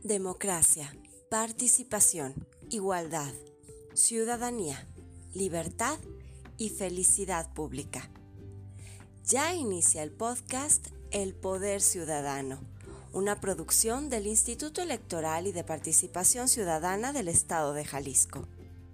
Democracia, participación, igualdad, ciudadanía, libertad y felicidad pública. Ya inicia el podcast El Poder Ciudadano, una producción del Instituto Electoral y de Participación Ciudadana del Estado de Jalisco.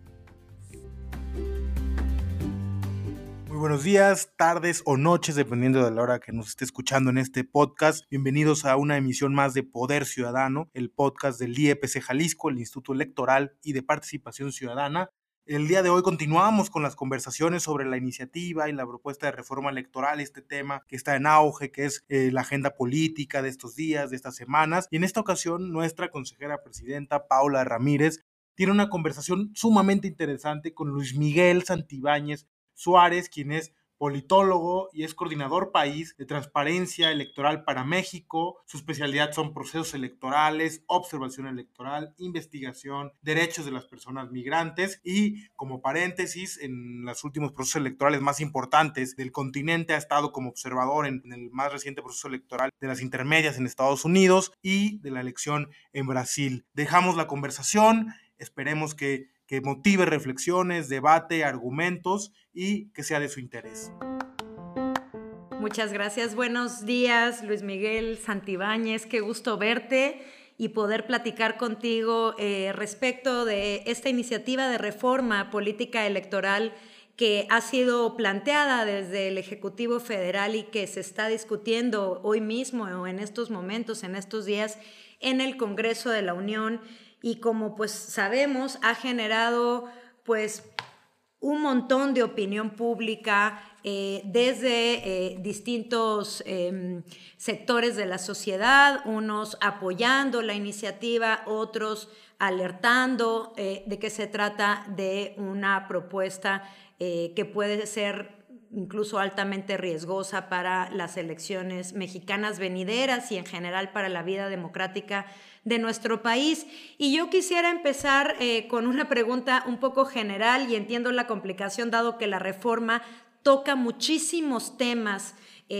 Muy buenos días, tardes o noches, dependiendo de la hora que nos esté escuchando en este podcast. Bienvenidos a una emisión más de Poder Ciudadano, el podcast del IEPC Jalisco, el Instituto Electoral y de Participación Ciudadana. El día de hoy continuamos con las conversaciones sobre la iniciativa y la propuesta de reforma electoral, este tema que está en auge, que es la agenda política de estos días, de estas semanas. Y en esta ocasión, nuestra consejera presidenta, Paula Ramírez, tiene una conversación sumamente interesante con Luis Miguel Santibáñez Suárez, quien es politólogo y es coordinador país de Transparencia Electoral para México. Su especialidad son procesos electorales, observación electoral, investigación, derechos de las personas migrantes y, como paréntesis, en los últimos procesos electorales más importantes del continente ha estado como observador en el más reciente proceso electoral de las intermedias en Estados Unidos y de la elección en Brasil. Dejamos la conversación, esperemos que motive reflexiones, debate, argumentos y que sea de su interés. Muchas gracias. Buenos días, Luis Miguel Santibáñez. Qué gusto verte y poder platicar contigo respecto de esta iniciativa de reforma política electoral que ha sido planteada desde el Ejecutivo Federal y que se está discutiendo hoy mismo o en estos momentos, en estos días, en el Congreso de la Unión. Y como pues sabemos, ha generado pues un montón de opinión pública desde distintos sectores de la sociedad, unos apoyando la iniciativa, otros alertando de que se trata de una propuesta que puede ser incluso altamente riesgosa para las elecciones mexicanas venideras y en general para la vida democrática de nuestro país. Y yo quisiera empezar con una pregunta un poco general, y entiendo la complicación dado que la reforma toca muchísimos temas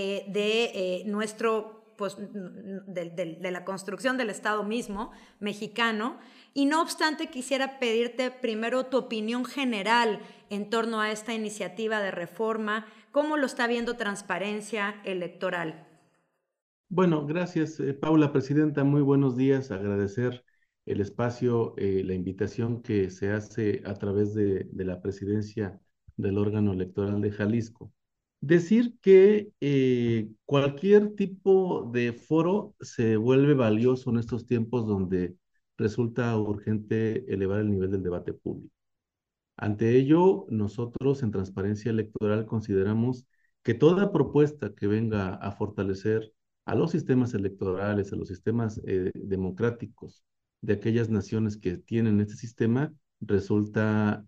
nuestro, pues, de la construcción del Estado mismo mexicano. Y no obstante, quisiera pedirte primero tu opinión general en torno a esta iniciativa de reforma. ¿Cómo lo está viendo Transparencia Electoral? Bueno, gracias, Paula, presidenta. Muy buenos días. Agradecer el espacio, la invitación que se hace a través de la presidencia del órgano electoral de Jalisco. Decir que cualquier tipo de foro se vuelve valioso en estos tiempos donde resulta urgente elevar el nivel del debate público. Ante ello, nosotros en Transparencia Electoral consideramos que toda propuesta que venga a fortalecer a los sistemas electorales, a los sistemas democráticos de aquellas naciones que tienen este sistema, resulta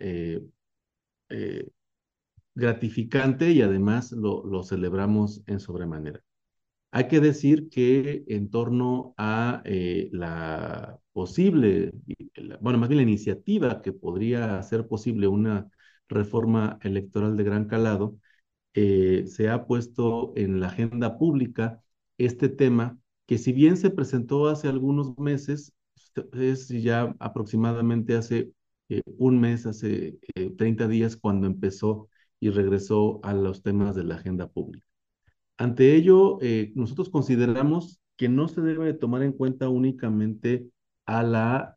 eh, gratificante y además lo celebramos en sobremanera. Hay que decir que en torno a la posible, bueno, más bien la iniciativa que podría hacer posible una reforma electoral de gran calado, se ha puesto en la agenda pública este tema que si bien se presentó hace algunos meses, es ya aproximadamente hace un mes, hace 30 días cuando empezó y regresó a los temas de la agenda pública. Ante ello, nosotros consideramos que no se debe de tomar en cuenta únicamente a la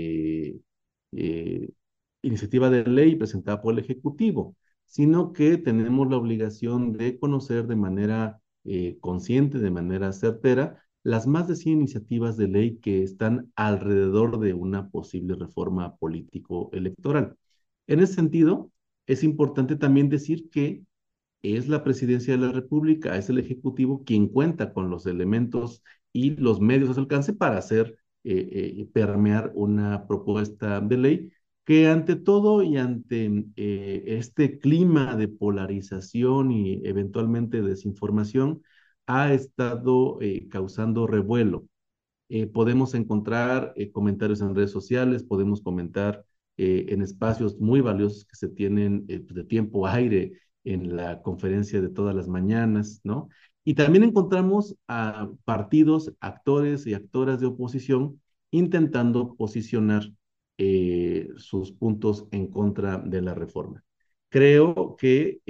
eh, iniciativa de ley presentada por el Ejecutivo, sino que tenemos la obligación de conocer de manera consciente, de manera certera, las más de 100 iniciativas de ley que están alrededor de una posible reforma político-electoral. En ese sentido, es importante también decir que es la presidencia de la República, es el Ejecutivo quien cuenta con los elementos y los medios a su alcance para hacer permear una propuesta de ley que ante todo y ante este clima de polarización y eventualmente desinformación ha estado causando revuelo. Podemos encontrar comentarios en redes sociales, podemos comentar en espacios muy valiosos que se tienen de tiempo aire en la conferencia de todas las mañanas, ¿no? Y también encontramos a partidos, actores y actoras de oposición intentando posicionar sus puntos en contra de la reforma. Creo que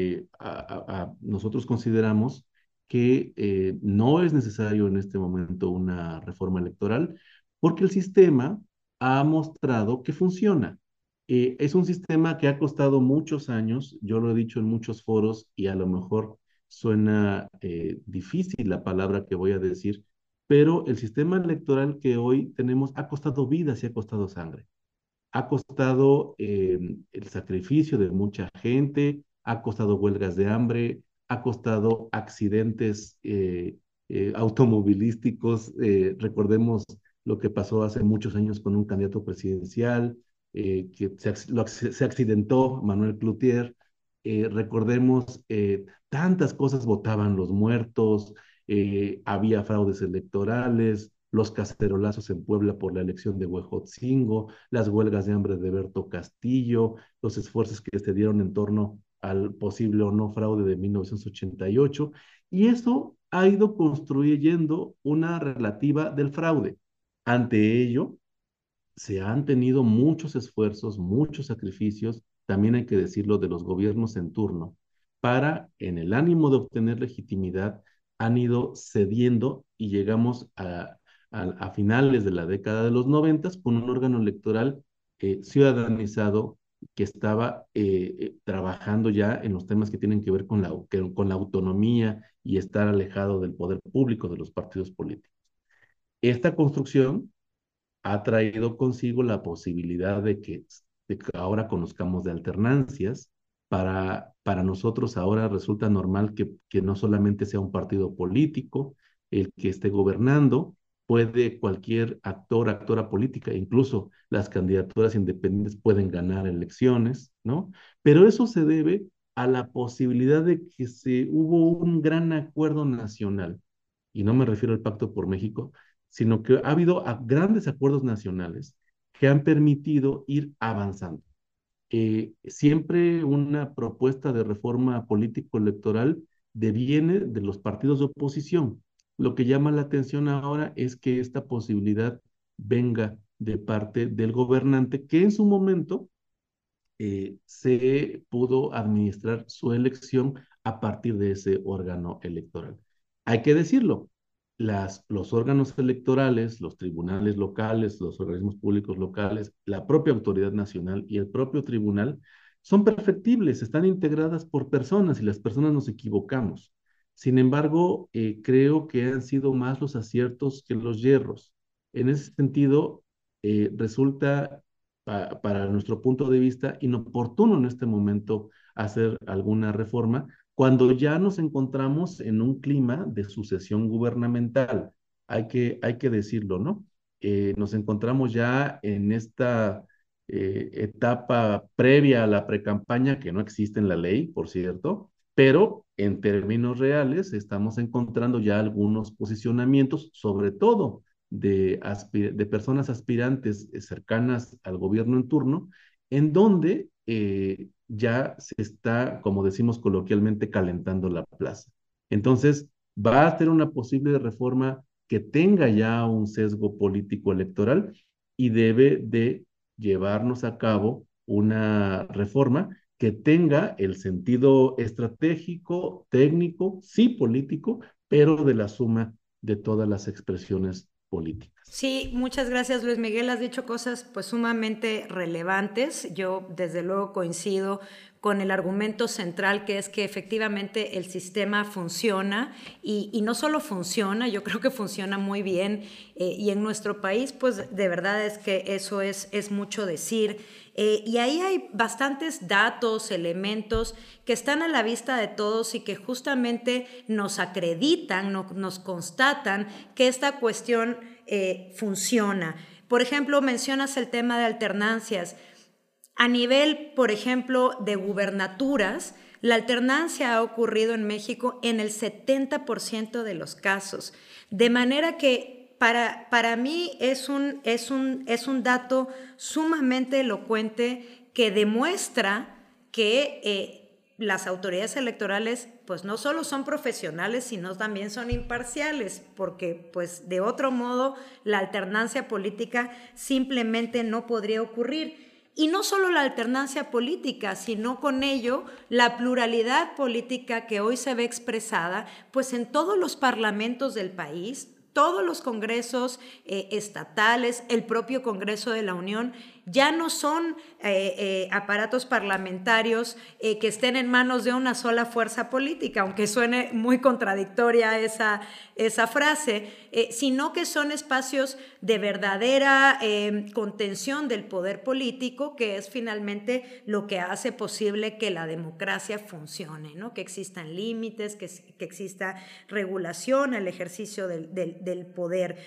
nosotros consideramos que no es necesario en este momento una reforma electoral porque el sistema ha mostrado que funciona. Es un sistema que ha costado muchos años, yo lo he dicho en muchos foros y a lo mejor suena difícil la palabra que voy a decir, pero el sistema electoral que hoy tenemos ha costado vidas y ha costado sangre. Ha costado el sacrificio de mucha gente, ha costado huelgas de hambre, ha costado accidentes automovilísticos. Recordemos lo que pasó hace muchos años con un candidato presidencial, que se accidentó, Manuel Cloutier. Recordemos tantas cosas, votaban los muertos, había fraudes electorales, los cacerolazos en Puebla por la elección de Huejotzingo, las huelgas de hambre de Berto Castillo, los esfuerzos que se dieron en torno al posible o no fraude de 1988, y eso ha ido construyendo una relativa del fraude. Ante ello, se han tenido muchos esfuerzos, muchos sacrificios, también hay que decirlo, de los gobiernos en turno, para, en el ánimo de obtener legitimidad, han ido cediendo y llegamos a finales de la década de los 90 con un órgano electoral ciudadanizado que estaba trabajando ya en los temas que tienen que ver con la autonomía y estar alejado del poder público de los partidos políticos. Esta construcción ha traído consigo la posibilidad de que ahora conozcamos de alternancias. Para nosotros ahora resulta normal que no solamente sea un partido político el que esté gobernando, puede cualquier actor, actora política, incluso las candidaturas independientes pueden ganar elecciones, ¿no? Pero eso se debe a la posibilidad de que hubo un gran acuerdo nacional, y no me refiero al Pacto por México, sino que ha habido grandes acuerdos nacionales que han permitido ir avanzando. Siempre una propuesta de reforma político-electoral deviene de los partidos de oposición. Lo que llama la atención ahora es que esta posibilidad venga de parte del gobernante, que en su momento se pudo administrar su elección a partir de ese órgano electoral. Hay que decirlo, los órganos electorales, los tribunales locales, los organismos públicos locales, la propia autoridad nacional y el propio tribunal son perfectibles, están integradas por personas y las personas nos equivocamos. Sin embargo, creo que han sido más los aciertos que los yerros. En ese sentido, resulta para nuestro punto de vista inoportuno en este momento hacer alguna reforma cuando ya nos encontramos en un clima de sucesión gubernamental. Hay que decirlo, ¿no? Nos encontramos ya en esta etapa previa a la precampaña, que no existe en la ley, por cierto, pero en términos reales estamos encontrando ya algunos posicionamientos, sobre todo de personas aspirantes cercanas al gobierno en turno, en donde ya se está, como decimos coloquialmente, calentando la plaza. Entonces, va a ser una posible reforma que tenga ya un sesgo político electoral y debe de llevarnos a cabo una reforma que tenga el sentido estratégico, técnico, sí político, pero de la suma de todas las expresiones políticas. Sí, muchas gracias Luis Miguel, has dicho cosas pues sumamente relevantes. Yo desde luego coincido con el argumento central, que es que efectivamente el sistema funciona y no solo funciona, yo creo que funciona muy bien y en nuestro país pues de verdad es que eso es mucho decir. Y ahí hay bastantes datos, elementos que están a la vista de todos y que justamente nos acreditan, nos constatan que esta cuestión funciona. Por ejemplo, mencionas el tema de alternancias. A nivel, por ejemplo, de gubernaturas, la alternancia ha ocurrido en México en el 70% de los casos. De manera que para mí es un dato sumamente elocuente que demuestra que las autoridades electorales pues no solo son profesionales, sino también son imparciales, porque pues de otro modo la alternancia política simplemente no podría ocurrir. Y no solo la alternancia política, sino con ello la pluralidad política que hoy se ve expresada pues en todos los parlamentos del país, todos los congresos estatales, el propio Congreso de la Unión, ya no son aparatos parlamentarios que estén en manos de una sola fuerza política, aunque suene muy contradictoria esa frase, sino que son espacios de verdadera contención del poder político, que es finalmente lo que hace posible que la democracia funcione, ¿no? Que existan límites, que exista regulación al ejercicio del poder.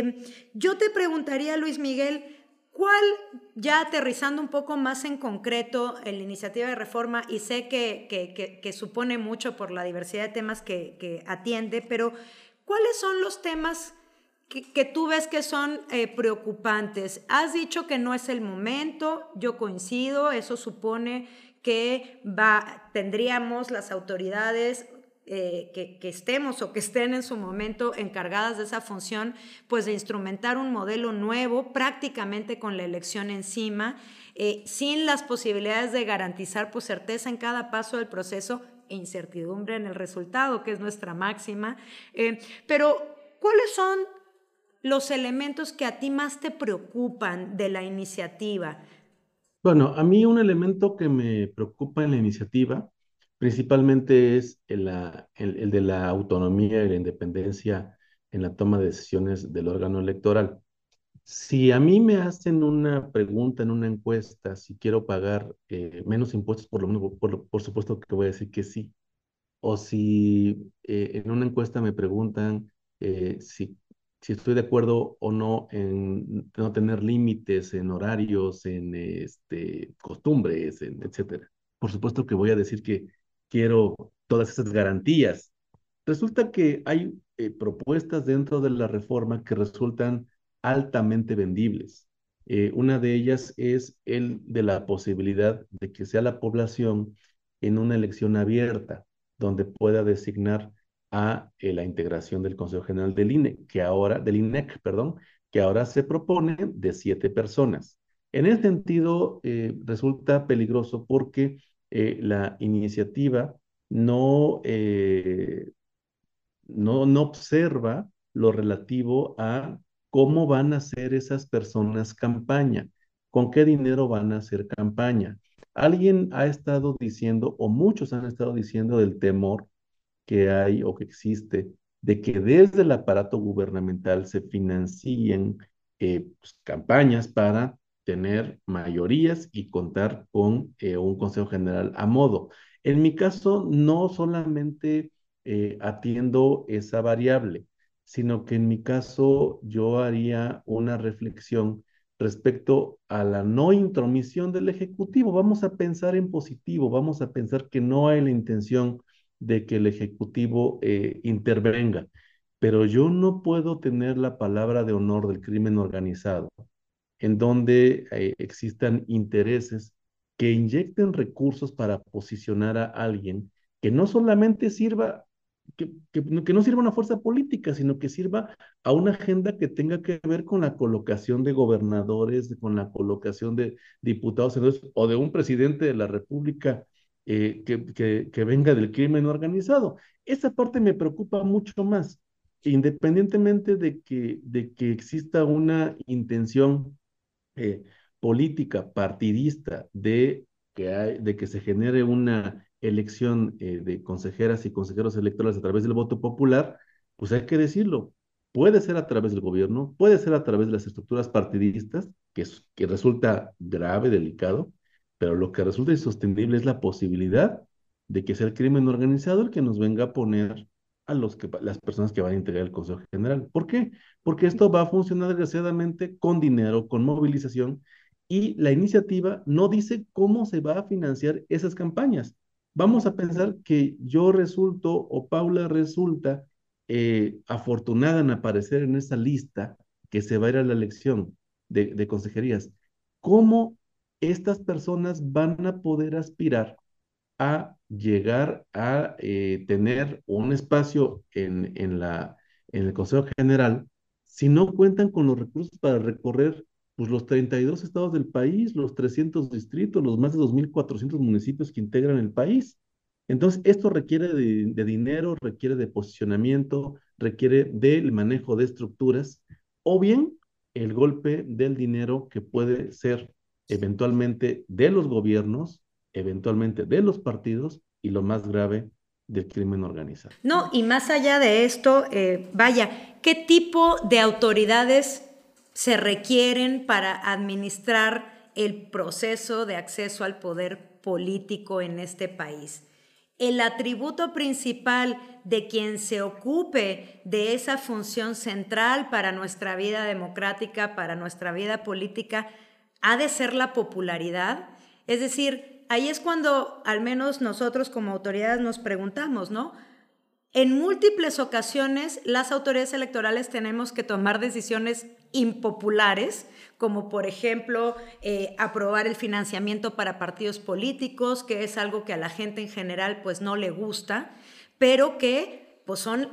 Yo te preguntaría, Luis Miguel, ¿cuál, ya aterrizando un poco más en concreto en la iniciativa de reforma, y sé que supone mucho por la diversidad de temas que atiende, pero ¿cuáles son los temas que tú ves que son preocupantes? Has dicho que no es el momento, yo coincido, eso supone que tendríamos las autoridades que estemos o que estén en su momento encargadas de esa función, pues de instrumentar un modelo nuevo, prácticamente con la elección encima, sin las posibilidades de garantizar pues certeza en cada paso del proceso e incertidumbre en el resultado, que es nuestra máxima. Pero, ¿cuáles son los elementos que a ti más te preocupan de la iniciativa? Bueno, a mí un elemento que me preocupa en la iniciativa principalmente es el de la autonomía y la independencia en la toma de decisiones del órgano electoral. Si a mí me hacen una pregunta en una encuesta, si quiero pagar menos impuestos, por lo menos, por supuesto que voy a decir que sí. O si en una encuesta me preguntan si estoy de acuerdo o no en no tener límites en horarios, en costumbres, etcétera. Por supuesto que voy a decir que quiero todas esas garantías. Resulta que hay propuestas dentro de la reforma que resultan altamente vendibles. Una de ellas es el de la posibilidad de que sea la población en una elección abierta, donde pueda designar a la integración del Consejo General del del INEC, perdón, que ahora se propone de 7 personas. En ese sentido, resulta peligroso porque la iniciativa no, no observa lo relativo a cómo van a hacer esas personas campaña, con qué dinero van a hacer campaña. Alguien ha estado diciendo, o muchos han estado diciendo del temor que hay o que existe de que desde el aparato gubernamental se financien pues, campañas para tener mayorías y contar con un Consejo General a modo. En mi caso, no solamente atiendo esa variable, sino que en mi caso yo haría una reflexión respecto a la no intromisión del Ejecutivo. Vamos a pensar en positivo, vamos a pensar que no hay la intención de que el Ejecutivo intervenga, pero yo no puedo tener la palabra de honor del crimen organizado en donde existan intereses que inyecten recursos para posicionar a alguien que no solamente sirva, que no sirva a una fuerza política, sino que sirva a una agenda que tenga que ver con la colocación de gobernadores, con la colocación de diputados, senadores, o de un presidente de la República que venga del crimen organizado. Esa parte me preocupa mucho más, independientemente de que exista una intención eh, política partidista de que se genere una elección de consejeras y consejeros electorales a través del voto popular, pues hay que decirlo, puede ser a través del gobierno, puede ser a través de las estructuras partidistas, que resulta grave, delicado, pero lo que resulta insostenible es la posibilidad de que sea el crimen organizado el que nos venga a poner a las personas que van a integrar el Consejo General. ¿Por qué? Porque esto va a funcionar desgraciadamente con dinero, con movilización, y la iniciativa no dice cómo se va a financiar esas campañas. Vamos a pensar que yo resulto o Paula resulta afortunada en aparecer en esa lista que se va a ir a la elección de consejerías. ¿Cómo estas personas van a poder aspirar a llegar a tener un espacio en el Consejo General si no cuentan con los recursos para recorrer pues, los 32 estados del país, los 300 distritos, los más de 2.400 municipios que integran el país? Entonces, esto requiere de dinero, requiere de posicionamiento, requiere del manejo de estructuras, o bien el golpe del dinero que puede ser eventualmente de los gobiernos, eventualmente de los partidos y lo más grave, del crimen organizado. No, y más allá de esto, vaya, ¿qué tipo de autoridades se requieren para administrar el proceso de acceso al poder político en este país? El atributo principal de quien se ocupe de esa función central para nuestra vida democrática, para nuestra vida política, ha de ser la popularidad. Es decir, ahí es cuando al menos nosotros como autoridades nos preguntamos, ¿no? En múltiples ocasiones las autoridades electorales tenemos que tomar decisiones impopulares, como por ejemplo aprobar el financiamiento para partidos políticos, que es algo que a la gente en general pues no le gusta, pero que pues son,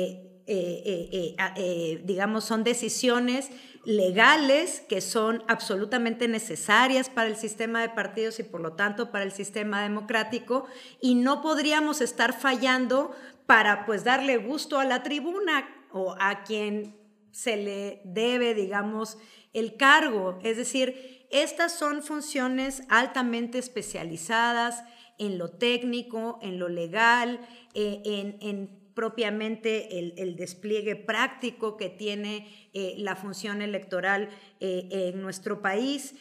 digamos, son decisiones legales que son absolutamente necesarias para el sistema de partidos y por lo tanto para el sistema democrático, y no podríamos estar fallando para pues darle gusto a la tribuna o a quien se le debe, digamos, el cargo. Es decir, estas son funciones altamente especializadas en lo técnico, en lo legal, en propiamente el despliegue práctico que tiene la función electoral en nuestro país.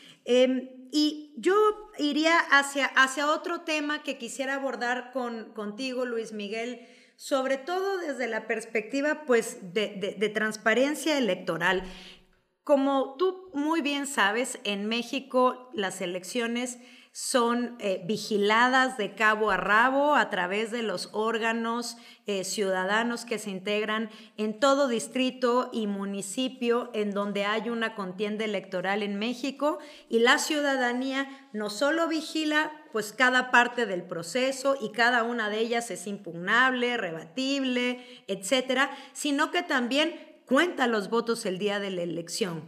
Y yo iría hacia otro tema que quisiera abordar contigo, Luis Miguel, sobre todo desde la perspectiva pues, de transparencia electoral. Como tú muy bien sabes, en México las elecciones son vigiladas de cabo a rabo a través de los órganos ciudadanos que se integran en todo distrito y municipio en donde hay una contienda electoral en México, y la ciudadanía no solo vigila pues cada parte del proceso y cada una de ellas es impugnable, rebatible, etcétera, sino que también cuenta los votos el día de la elección.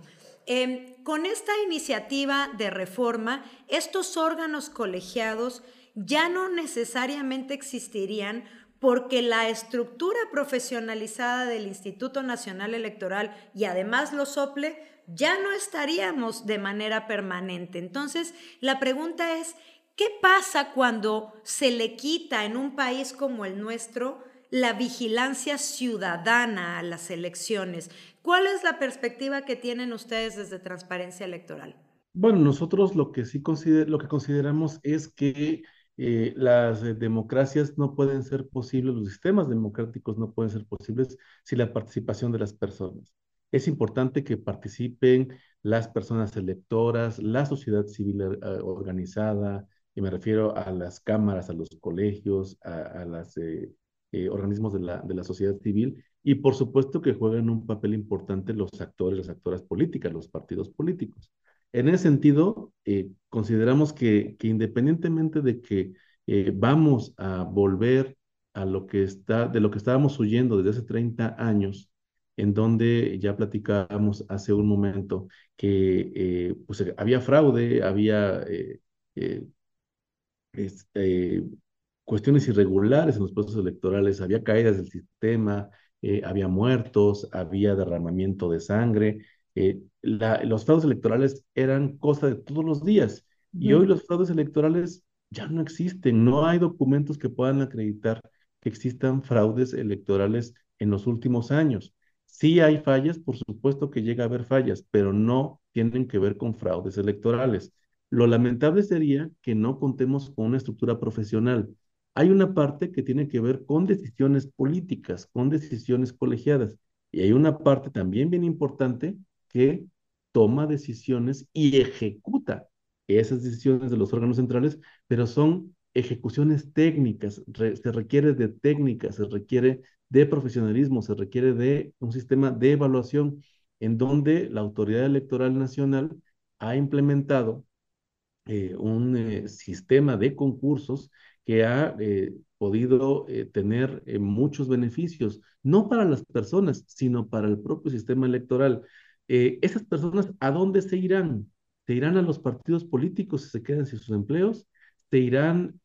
Con esta iniciativa de reforma, estos órganos colegiados ya no necesariamente existirían porque la estructura profesionalizada del Instituto Nacional Electoral y además los OPLE ya no estaríamos de manera permanente. Entonces, la pregunta es, ¿qué pasa cuando se le quita en un país como el nuestro la vigilancia ciudadana a las elecciones? ¿Cuál es la perspectiva que tienen ustedes desde Transparencia Electoral? Bueno, nosotros lo que sí lo que consideramos es que las democracias no pueden ser posibles, los sistemas democráticos no pueden ser posibles sin la participación de las personas. Es importante que participen las personas electoras, la sociedad civil organizada, y me refiero a las cámaras, a los colegios, a los organismos de la sociedad civil, y por supuesto que juegan un papel importante los actores, las actoras políticas, los partidos políticos. En ese sentido, consideramos que independientemente de que vamos a volver a de lo que estábamos huyendo desde hace 30 años, en donde ya platicábamos hace un momento que pues, había fraude, había eh, este, cuestiones irregulares en los procesos electorales, había caídas del sistema, había muertos, había derramamiento de sangre. Los fraudes electorales eran cosa de todos los días, y hoy los fraudes electorales ya no existen, no hay documentos que puedan acreditar que existan fraudes electorales en los últimos años. Sí hay fallas, por supuesto que llega a haber fallas, pero no tienen que ver con fraudes electorales. Lo lamentable sería que no contemos con una estructura profesional. Hay una parte que tiene que ver con decisiones políticas, con decisiones colegiadas, y hay una parte también bien importante que toma decisiones y ejecuta esas decisiones de los órganos centrales, pero son ejecuciones técnicas, se requiere de técnicas, se requiere de profesionalismo, se requiere de un sistema de evaluación en donde la Autoridad Electoral Nacional ha implementado un sistema de concursos que ha podido tener muchos beneficios, no para las personas, sino para el propio sistema electoral. Esas personas, ¿a dónde se irán? ¿Se irán a los partidos políticos si se quedan sin sus empleos? ¿Se irán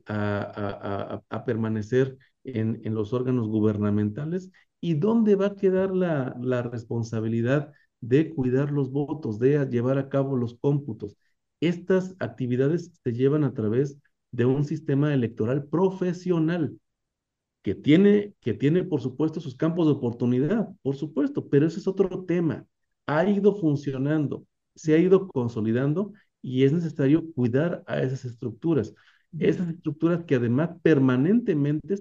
a permanecer en los órganos gubernamentales? ¿Y dónde va a quedar la responsabilidad de cuidar los votos, de llevar a cabo los cómputos? Estas actividades se llevan a través de un sistema electoral profesional que tiene, por supuesto, sus campos de oportunidad, por supuesto, pero ese es otro tema. Ha ido funcionando, se ha ido consolidando y es necesario cuidar a esas estructuras que además permanentemente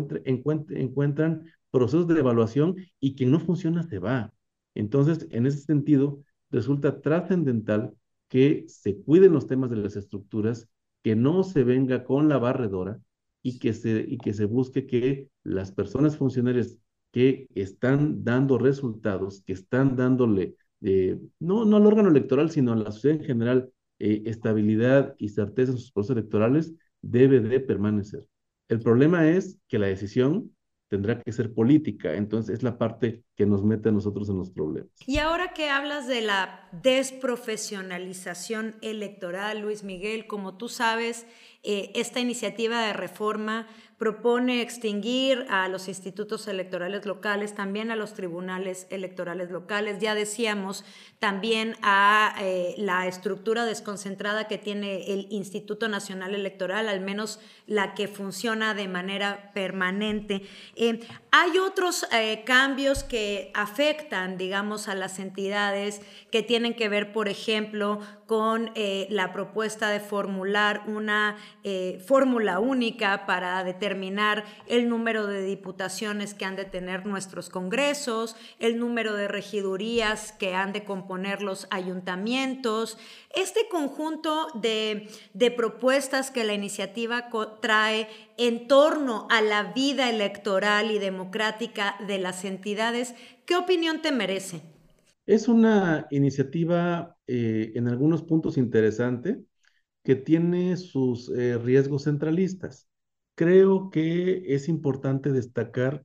encuentran procesos de evaluación y quien no funciona se va. Entonces, en ese sentido, resulta trascendental que se cuiden los temas de las estructuras, que no se venga con la barredora y que se busque que las personas funcionarias que están dando resultados, que están dándole, no al órgano electoral, sino a la sociedad en general, estabilidad y certeza en sus procesos electorales, debe de permanecer. El problema es que la decisión tendrá que ser política, entonces es la parte que nos mete a nosotros en los problemas. Y ahora que hablas de la desprofesionalización electoral, Luis Miguel, como tú sabes, esta iniciativa de reforma propone extinguir a los institutos electorales locales, también a los tribunales electorales locales, ya decíamos, también a la estructura desconcentrada que tiene el Instituto Nacional Electoral, al menos la que funciona de manera permanente. Hay otros cambios que afectan, digamos, a las entidades que tienen que ver, por ejemplo, con la propuesta de formular una fórmula única para determinar el número de diputaciones que han de tener nuestros congresos, el número de regidurías que han de componer los ayuntamientos. Este conjunto de propuestas que la iniciativa trae en torno a la vida electoral y democrática de las entidades, ¿qué opinión te merece? Es una iniciativa en algunos puntos interesante que tiene sus riesgos centralistas. Creo que es importante destacar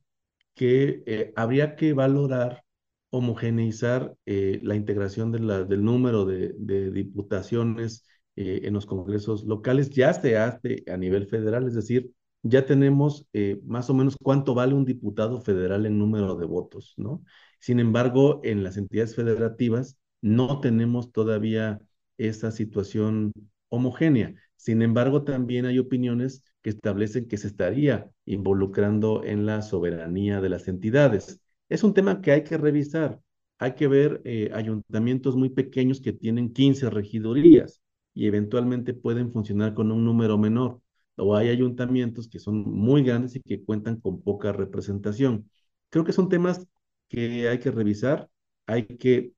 que habría que valorar, homogeneizar la integración del número de diputaciones en los congresos locales. Ya se hace a nivel federal, es decir, ya tenemos más o menos cuánto vale un diputado federal en número de votos, ¿no? Sin embargo, en las entidades federativas no tenemos todavía esa situación homogénea. Sin embargo, también hay opiniones que establecen que se estaría involucrando en la soberanía de las entidades. Es un tema que hay que revisar. Hay que ver ayuntamientos muy pequeños que tienen 15 regidurías y eventualmente pueden funcionar con un número menor. O hay ayuntamientos que son muy grandes y que cuentan con poca representación. Creo que son temas que hay que revisar. Hay que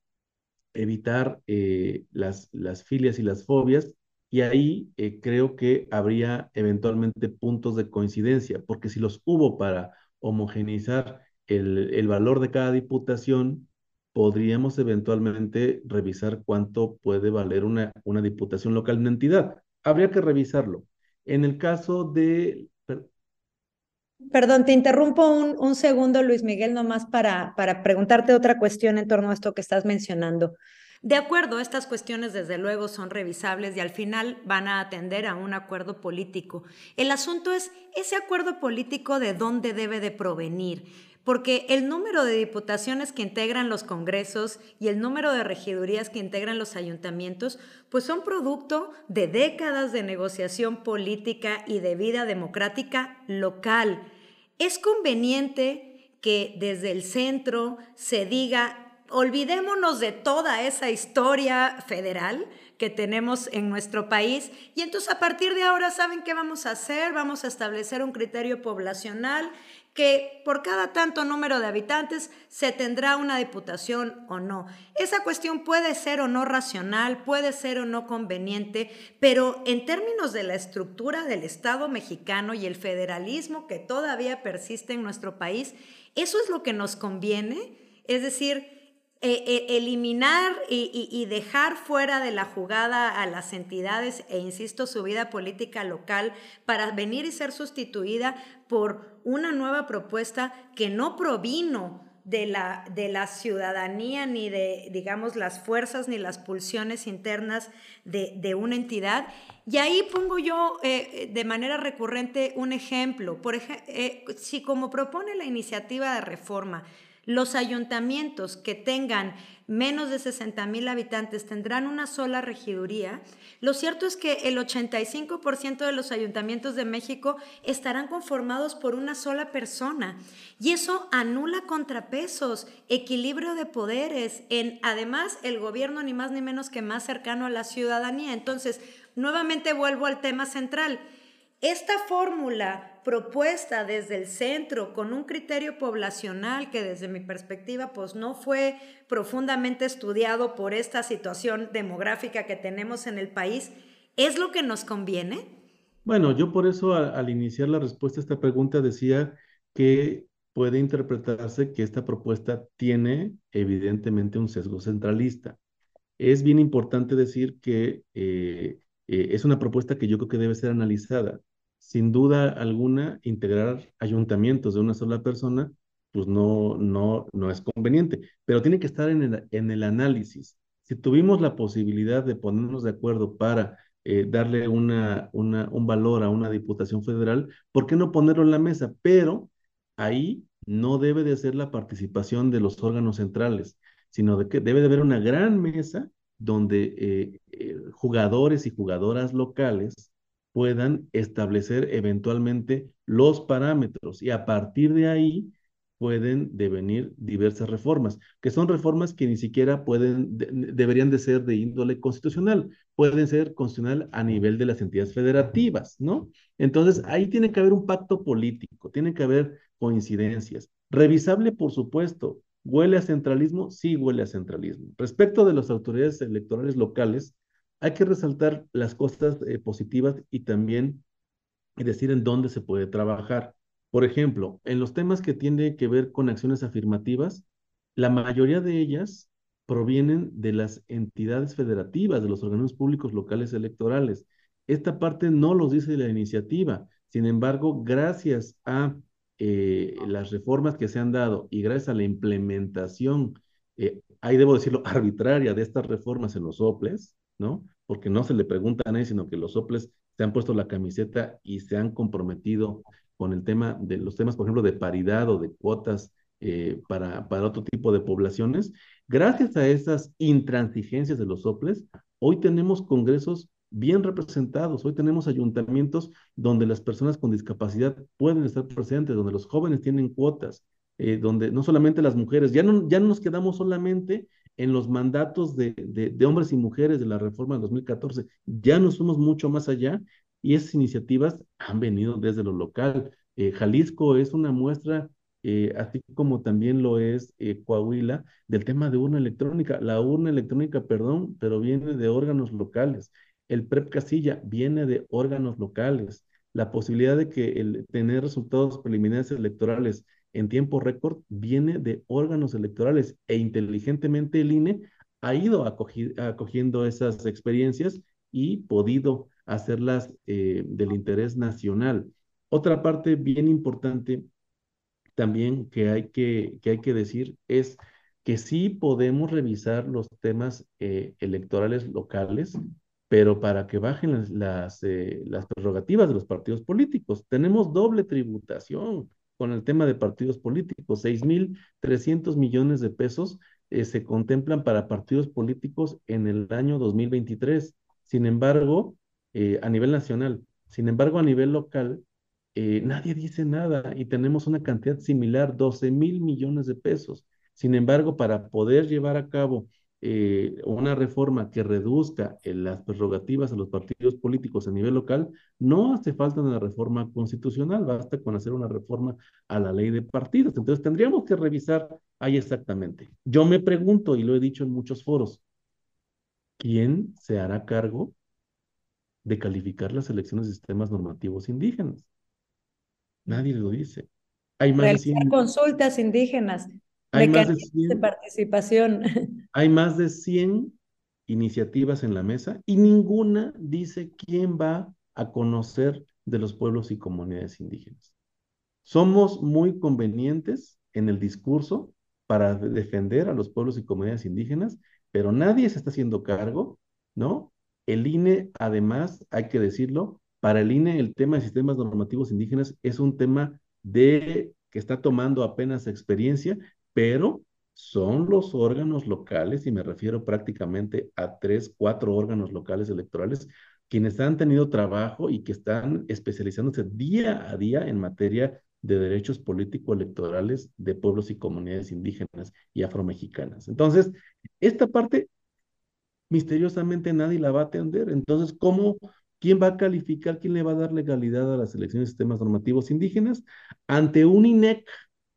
evitar las filias y las fobias, y ahí creo que habría eventualmente puntos de coincidencia, porque si los hubo para homogeneizar el valor de cada diputación, podríamos eventualmente revisar cuánto puede valer una diputación local en una entidad. Habría que revisarlo. En el caso de... Perdón, te interrumpo un segundo, Luis Miguel, nomás para preguntarte otra cuestión en torno a esto que estás mencionando. De acuerdo, estas cuestiones desde luego son revisables y al final van a atender a un acuerdo político. El asunto es ese acuerdo político de dónde debe de provenir, porque el número de diputaciones que integran los congresos y el número de regidurías que integran los ayuntamientos, pues son producto de décadas de negociación política y de vida democrática local. Es conveniente que desde el centro se diga: olvidémonos de toda esa historia federal que tenemos en nuestro país y entonces a partir de ahora, ¿saben qué vamos a hacer? Vamos a establecer un criterio poblacional que por cada tanto número de habitantes se tendrá una diputación o no. Esa cuestión puede ser o no racional, puede ser o no conveniente, pero en términos de la estructura del Estado mexicano y el federalismo que todavía persiste en nuestro país, eso es lo que nos conviene. Es decir, eliminar y dejar fuera de la jugada a las entidades e, insisto, su vida política local para venir y ser sustituida por una nueva propuesta que no provino de la ciudadanía ni de, digamos, las fuerzas ni las pulsiones internas de una entidad. Y ahí pongo yo de manera recurrente un ejemplo. Si como propone la iniciativa de reforma, los ayuntamientos que tengan menos de 60,000 habitantes tendrán una sola regiduría, lo cierto es que el 85% de los ayuntamientos de México estarán conformados por una sola persona y eso anula contrapesos, equilibrio de poderes, además el gobierno ni más ni menos que más cercano a la ciudadanía. Entonces, nuevamente vuelvo al tema central. Esta fórmula propuesta desde el centro con un criterio poblacional que desde mi perspectiva pues no fue profundamente estudiado por esta situación demográfica que tenemos en el país, ¿es lo que nos conviene? Bueno, yo por eso al iniciar la respuesta a esta pregunta decía que puede interpretarse que esta propuesta tiene evidentemente un sesgo centralista. Es bien importante decir que es una propuesta que yo creo que debe ser analizada. Sin duda alguna, integrar ayuntamientos de una sola persona, pues no es conveniente, pero tiene que estar en el análisis. Si tuvimos la posibilidad de ponernos de acuerdo para darle un valor a una diputación federal, ¿por qué no ponerlo en la mesa? Pero ahí no debe de ser la participación de los órganos centrales, sino de que debe de haber una gran mesa donde jugadores y jugadoras locales puedan establecer eventualmente los parámetros y a partir de ahí pueden devenir diversas reformas, que son reformas que ni siquiera deberían de ser de índole constitucional, pueden ser constitucional a nivel de las entidades federativas, ¿no? Entonces, ahí tiene que haber un pacto político, tiene que haber coincidencias. Revisable, por supuesto. ¿Huele a centralismo? Sí, huele a centralismo. Respecto de las autoridades electorales locales, hay que resaltar las cosas positivas y también decir en dónde se puede trabajar. Por ejemplo, en los temas que tienen que ver con acciones afirmativas, la mayoría de ellas provienen de las entidades federativas, de los organismos públicos locales electorales. Esta parte no los dice la iniciativa. Sin embargo, gracias a las reformas que se han dado y gracias a la implementación, ahí debo decirlo, arbitraria de estas reformas en los soples, ¿no? Porque no se le pregunta a nadie, sino que los soples se han puesto la camiseta y se han comprometido con el tema de los temas, por ejemplo, de paridad o de cuotas para otro tipo de poblaciones. Gracias a esas intransigencias de los soples, hoy tenemos congresos bien representados, hoy tenemos ayuntamientos donde las personas con discapacidad pueden estar presentes, donde los jóvenes tienen cuotas, donde no solamente las mujeres, ya no nos quedamos solamente en los mandatos de hombres y mujeres de la reforma del 2014, ya nos fuimos mucho más allá y esas iniciativas han venido desde lo local. Jalisco es una muestra, así como también lo es Coahuila, del tema de urna electrónica. La urna electrónica, perdón, pero viene de órganos locales. El PREP casilla viene de órganos locales. La posibilidad de que tener resultados preliminares electorales en tiempo récord viene de órganos electorales e inteligentemente el INE ha ido acogiendo esas experiencias y podido hacerlas del interés nacional. Otra parte bien importante también que hay que decir es que sí podemos revisar los temas electorales locales, pero para que bajen las prerrogativas de los partidos políticos. Tenemos doble tributación con el tema de partidos políticos. 6,300 millones de pesos se contemplan para partidos políticos en el año 2023. Sin embargo, a nivel nacional, sin embargo, a nivel local, nadie dice nada y tenemos una cantidad similar, 12,000 millones de pesos. Sin embargo, para poder llevar a cabo una reforma que reduzca las prerrogativas a los partidos políticos a nivel local, no hace falta una reforma constitucional, basta con hacer una reforma a la ley de partidos. Entonces tendríamos que revisar ahí exactamente. Yo me pregunto, y lo he dicho en muchos foros, ¿quién se hará cargo de calificar las elecciones de sistemas normativos indígenas? Nadie lo dice. Hay más de Realizar 100, consultas indígenas. Hay más de Mecanismos de 100, participación. hay más de 100 iniciativas en la mesa y ninguna dice quién va a conocer de los pueblos y comunidades indígenas. Somos muy convenientes en el discurso para defender a los pueblos y comunidades indígenas, pero nadie se está haciendo cargo, ¿no? El INE, además, hay que decirlo, para el INE el tema de sistemas normativos indígenas es un tema de que está tomando apenas experiencia, pero son los órganos locales, y me refiero prácticamente a 3, 4 órganos locales electorales, quienes han tenido trabajo y que están especializándose día a día en materia de derechos político-electorales de pueblos y comunidades indígenas y afromexicanas. Entonces, esta parte misteriosamente nadie la va a atender. Entonces, quién va a calificar, quién le va a dar legalidad a las elecciones de sistemas normativos indígenas ante un INEC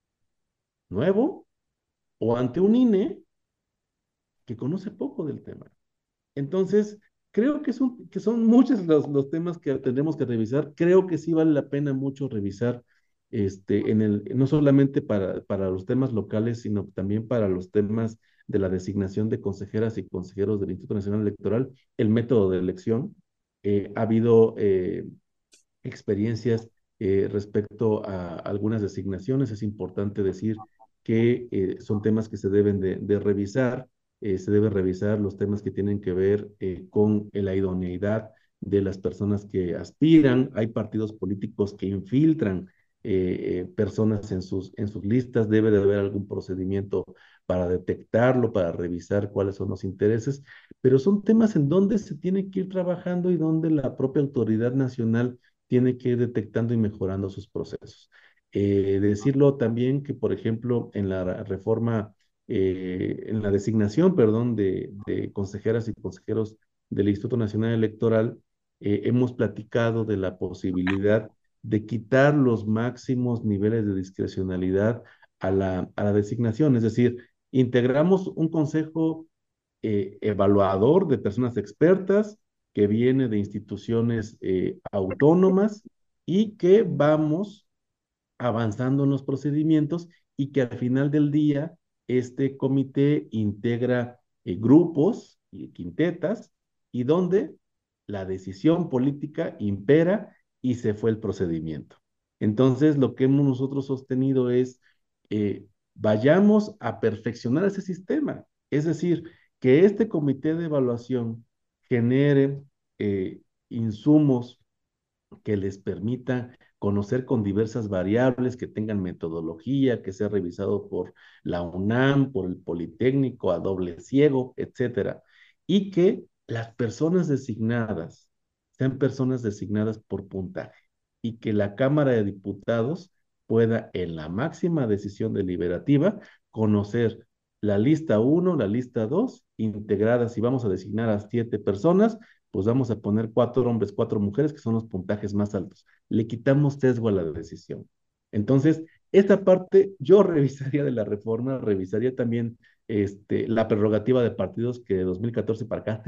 nuevo o ante un INE que conoce poco del tema? Entonces, creo que son muchos los temas que tendremos que revisar. Creo que sí vale la pena mucho revisar, no solamente para los temas locales, sino también para los temas de la designación de consejeras y consejeros del Instituto Nacional Electoral, el método de elección. Ha habido experiencias respecto a algunas designaciones. Es importante decir que son temas que se deben de revisar. Se deben revisar los temas que tienen que ver con la idoneidad de las personas que aspiran. Hay partidos políticos que infiltran personas en sus listas. Debe de haber algún procedimiento para detectarlo, para revisar cuáles son los intereses, pero son temas en donde se tiene que ir trabajando y donde la propia autoridad nacional tiene que ir detectando y mejorando sus procesos. Decirlo también que, por ejemplo, en la reforma, en la designación, perdón, de consejeras y consejeros del Instituto Nacional Electoral, hemos platicado de la posibilidad de quitar los máximos niveles de discrecionalidad a la designación, es decir, integramos un consejo evaluador de personas expertas que viene de instituciones autónomas y que vamos avanzando en los procedimientos y que al final del día este comité integra grupos y quintetas y donde la decisión política impera y se fue el procedimiento. Entonces, lo que hemos nosotros sostenido es, vayamos a perfeccionar ese sistema, es decir, que este comité de evaluación genere insumos que les permita conocer con diversas variables, que tengan metodología, que sea revisado por la UNAM, por el Politécnico, a doble ciego, etcétera. Y que las personas designadas sean personas designadas por puntaje y que la Cámara de Diputados pueda, en la máxima decisión deliberativa, conocer la lista 1, la lista 2, integradas, y vamos a designar a 7 personas, pues vamos a poner 4 hombres, 4 mujeres, que son los puntajes más altos. Le quitamos sesgo a la decisión. Entonces, esta parte yo revisaría de la reforma, revisaría también la prerrogativa de partidos que de 2014 para acá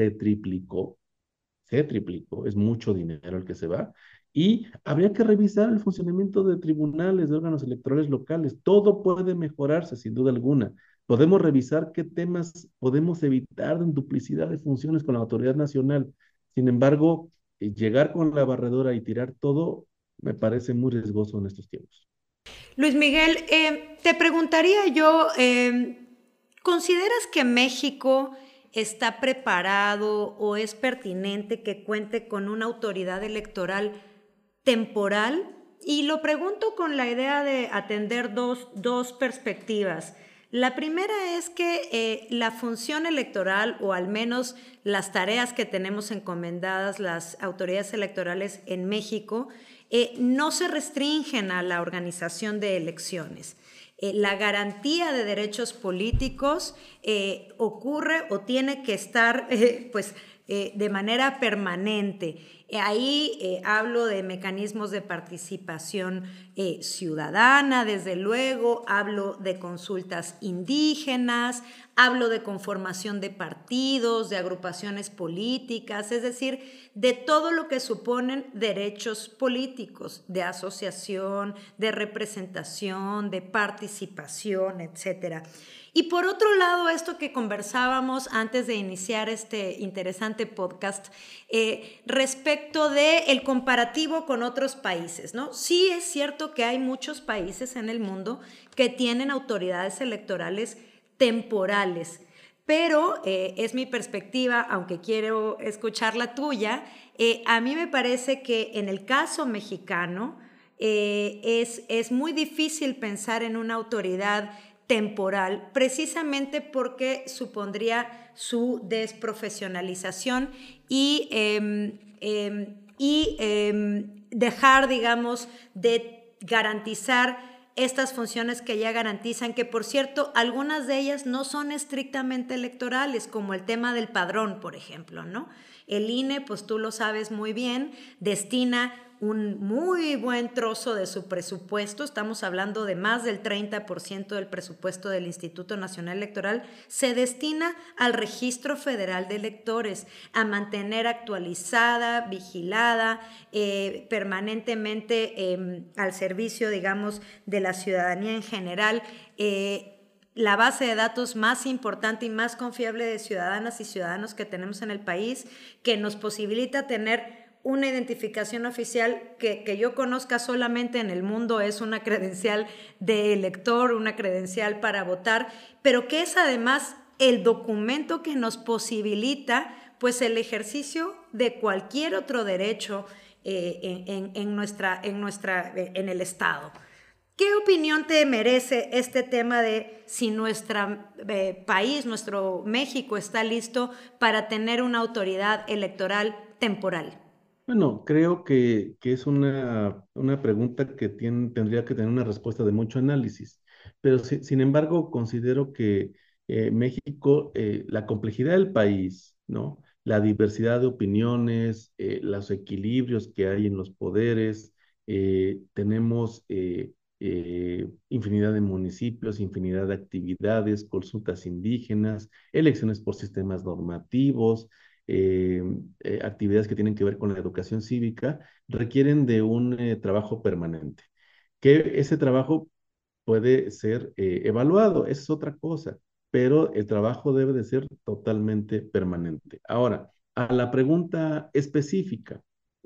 se triplicó, es mucho dinero el que se va, y habría que revisar el funcionamiento de tribunales, de órganos electorales locales. Todo puede mejorarse, sin duda alguna. Podemos revisar qué temas podemos evitar en duplicidad de funciones con la autoridad nacional. Sin embargo, llegar con la barredora y tirar todo me parece muy riesgoso en estos tiempos. Luis Miguel, te preguntaría yo, ¿consideras que México está preparado o es pertinente que cuente con una autoridad electoral temporal? Y lo pregunto con la idea de atender dos perspectivas. La primera es que la función electoral, o al menos las tareas que tenemos encomendadas las autoridades electorales en México, no se restringen a la organización de elecciones. La garantía de derechos políticos ocurre o tiene que estar de manera permanente. Ahí hablo de mecanismos de participación ciudadana, desde luego, hablo de consultas indígenas, hablo de conformación de partidos, de agrupaciones políticas, es decir, de todo lo que suponen derechos políticos, de asociación, de representación, de participación, etcétera. Y por otro lado, esto que conversábamos antes de iniciar este interesante podcast, respecto del comparativo con otros países, ¿no? Sí es cierto que hay muchos países en el mundo que tienen autoridades electorales temporales, pero es mi perspectiva, aunque quiero escuchar la tuya, a mí me parece que en el caso mexicano es muy difícil pensar en una autoridad temporal, precisamente porque supondría su desprofesionalización y dejar, digamos, de garantizar estas funciones que ya garantizan, que por cierto, algunas de ellas no son estrictamente electorales, como el tema del padrón, por ejemplo, ¿no? El INE, pues tú lo sabes muy bien, destina un muy buen trozo de su presupuesto, estamos hablando de más del 30% del presupuesto del Instituto Nacional Electoral, se destina al Registro Federal de Electores, a mantener actualizada, vigilada, permanentemente al servicio, digamos, de la ciudadanía en general, la base de datos más importante y más confiable de ciudadanas y ciudadanos que tenemos en el país, que nos posibilita tener una identificación oficial que yo conozca solamente en el mundo, es una credencial de elector, una credencial para votar, pero que es además el documento que nos posibilita pues el ejercicio de cualquier otro derecho en el Estado. ¿Qué opinión te merece este tema de si nuestro país, nuestro México, está listo para tener una autoridad electoral temporal? Bueno, creo que es una pregunta que tendría que tener una respuesta de mucho análisis, pero sin embargo considero que México, la complejidad del país, ¿no? La diversidad de opiniones, los equilibrios que hay en los poderes, tenemos infinidad de municipios, infinidad de actividades, consultas indígenas, elecciones por sistemas normativos, eh, actividades que tienen que ver con la educación cívica, requieren de un trabajo permanente. Que ese trabajo puede ser evaluado, esa es otra cosa, pero el trabajo debe de ser totalmente permanente. Ahora, a la pregunta específica,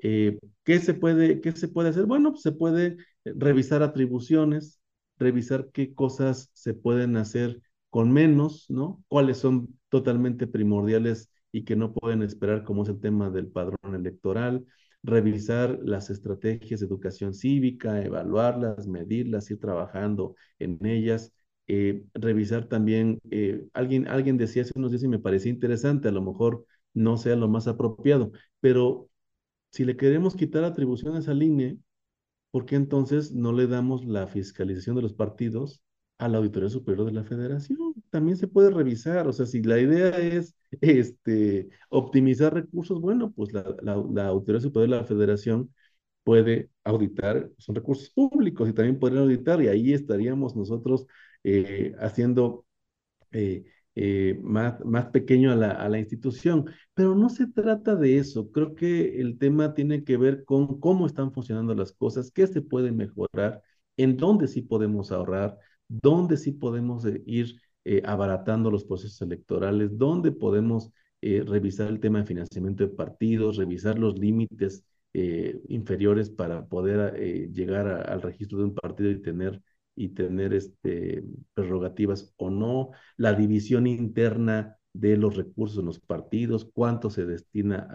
qué se puede hacer? Bueno, pues se puede revisar atribuciones, revisar qué cosas se pueden hacer con menos, ¿no? Cuáles son totalmente primordiales y que no pueden esperar, como es el tema del padrón electoral, revisar las estrategias de educación cívica, evaluarlas, medirlas, ir trabajando en ellas, revisar también, alguien decía hace unos días y me parecía interesante, a lo mejor no sea lo más apropiado, pero si le queremos quitar atribuciones al INE, ¿por qué entonces no le damos la fiscalización de los partidos a la Auditoría Superior de la Federación? También se puede revisar, o sea, si la idea es optimizar recursos, bueno, pues la Auditoría Superior de la Federación puede auditar, son recursos públicos y también podrían auditar y ahí estaríamos nosotros haciendo eh, más pequeño a la institución. Pero no se trata de eso. Creo que el tema tiene que ver con cómo están funcionando las cosas, qué se puede mejorar, en dónde sí podemos ahorrar, dónde sí podemos ir abaratando los procesos electorales, dónde podemos revisar el tema de financiamiento de partidos, revisar los límites inferiores para poder llegar al registro de un partido y tener prerrogativas o no, la división interna de los recursos en los partidos, cuánto se destina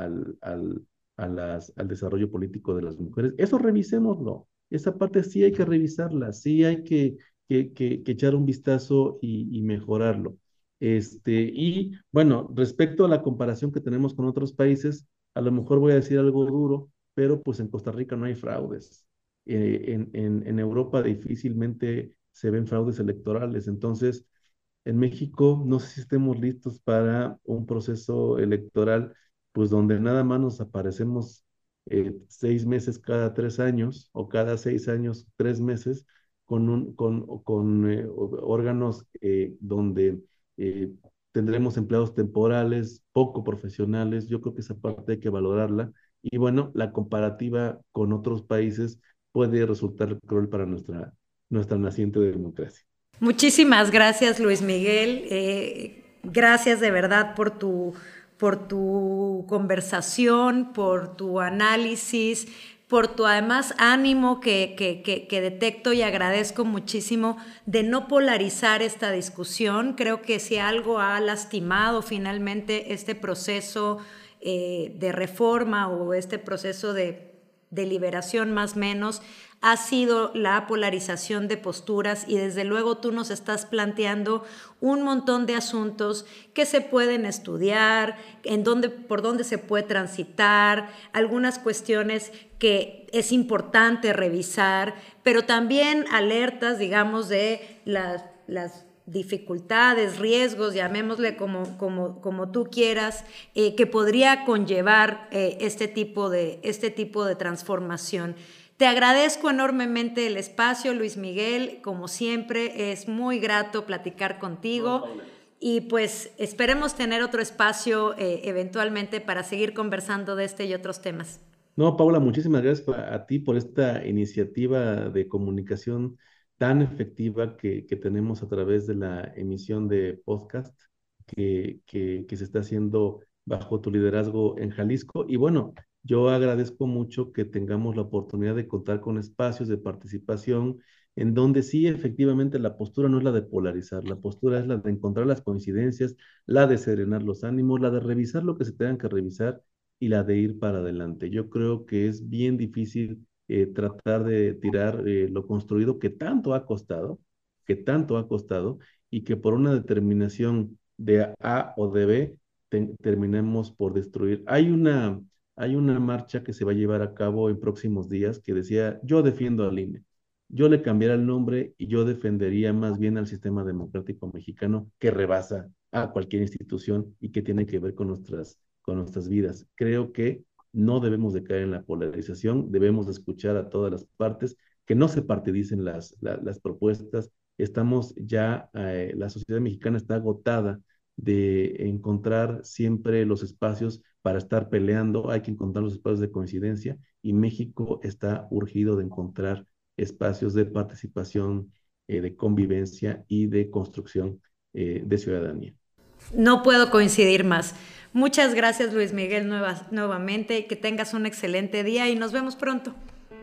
al desarrollo político de las mujeres. Eso revisémoslo. Esa parte sí hay que revisarla, sí hay que echar un vistazo y mejorarlo. Y bueno, respecto a la comparación que tenemos con otros países, a lo mejor voy a decir algo duro, pero pues en Costa Rica no hay fraudes. En Europa difícilmente se ven fraudes electorales. Entonces, en México no sé si estemos listos para un proceso electoral, pues donde nada más nos aparecemos 6 meses cada 3 años o cada 6 años, 3 meses, con órganos donde tendremos empleados temporales, poco profesionales. Yo creo que esa parte hay que valorarla. Y bueno, la comparativa con otros países puede resultar cruel para nuestra naciente democracia. Muchísimas gracias, Luis Miguel. Gracias de verdad por tu conversación, por tu análisis, por tu además ánimo que detecto y agradezco muchísimo de no polarizar esta discusión. Creo que si algo ha lastimado finalmente este proceso de reforma o este proceso de liberación más o menos, ha sido la polarización de posturas, y desde luego tú nos estás planteando un montón de asuntos que se pueden estudiar, por dónde se puede transitar, algunas cuestiones que es importante revisar, pero también alertas, digamos, de las dificultades, riesgos, llamémosle como tú quieras, que podría conllevar este tipo de transformación. Te agradezco enormemente el espacio, Luis Miguel. Como siempre, es muy grato platicar contigo. Y pues esperemos tener otro espacio eventualmente para seguir conversando de este y otros temas. No, Paula, muchísimas gracias a ti por esta iniciativa de comunicación tan efectiva que tenemos a través de la emisión de podcast que se está haciendo bajo tu liderazgo en Jalisco. Y bueno, yo agradezco mucho que tengamos la oportunidad de contar con espacios de participación en donde sí, efectivamente, la postura no es la de polarizar, la postura es la de encontrar las coincidencias, la de serenar los ánimos, la de revisar lo que se tengan que revisar y la de ir para adelante. Yo creo que es bien difícil tratar de tirar lo construido que tanto ha costado y que por una determinación de A o de B terminemos por destruir. Hay una marcha que se va a llevar a cabo en próximos días que decía: yo defiendo al INE. Yo le cambiaría el nombre y yo defendería más bien al sistema democrático mexicano, que rebasa a cualquier institución y que tiene que ver con nuestras vidas. Creo que no debemos de caer en la polarización, debemos de escuchar a todas las partes, que no se partidicen las propuestas. Estamos ya, la sociedad mexicana está agotada de encontrar siempre los espacios para estar peleando. Hay que encontrar los espacios de coincidencia, y México está urgido de encontrar espacios de participación, de convivencia y de construcción de ciudadanía. No puedo coincidir más. Muchas gracias, Luis Miguel, nuevamente. Que tengas un excelente día y nos vemos pronto.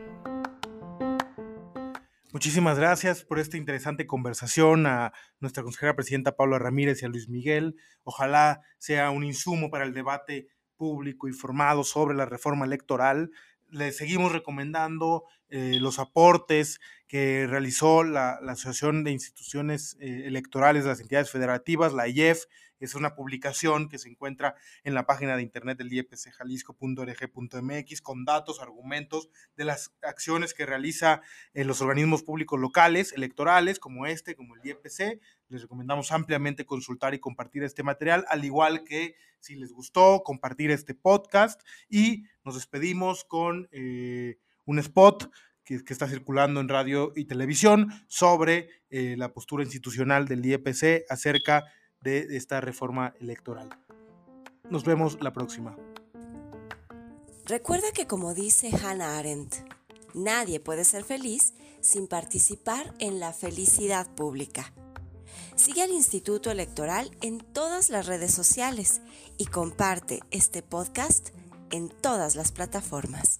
Muchísimas gracias por esta interesante conversación a nuestra consejera presidenta Paula Ramírez y a Luis Miguel. Ojalá sea un insumo para el debate público informado sobre la reforma electoral. Les seguimos recomendando los aportes que realizó la Asociación de Instituciones Electorales de las Entidades Federativas, la IEF. Es una publicación que se encuentra en la página de internet del iepcjalisco.org.mx con datos, argumentos de las acciones que realiza los organismos públicos locales, electorales, como el IEPC. Les recomendamos ampliamente consultar y compartir este material, al igual que, si les gustó, compartir este podcast. Y nos despedimos con un spot que está circulando en radio y televisión sobre la postura institucional del IEPC acerca de esta reforma electoral. Nos vemos la próxima. Recuerda que, como dice Hannah Arendt, nadie puede ser feliz sin participar en la felicidad pública. Sigue al Instituto Electoral en todas las redes sociales y comparte este podcast en todas las plataformas.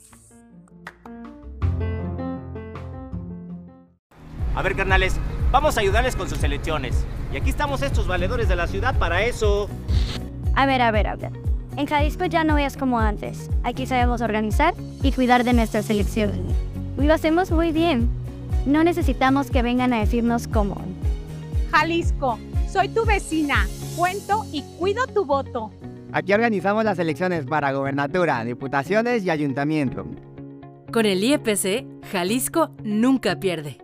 A ver, carnales, vamos a ayudarles con sus elecciones. Y aquí estamos estos valedores de la ciudad para eso. A ver. En Jalisco ya no es como antes. Aquí sabemos organizar y cuidar de nuestras elecciones. Y lo hacemos muy bien. No necesitamos que vengan a decirnos cómo. Jalisco, soy tu vecina. Cuento y cuido tu voto. Aquí organizamos las elecciones para gobernatura, diputaciones y ayuntamiento. Con el IEPC, Jalisco nunca pierde.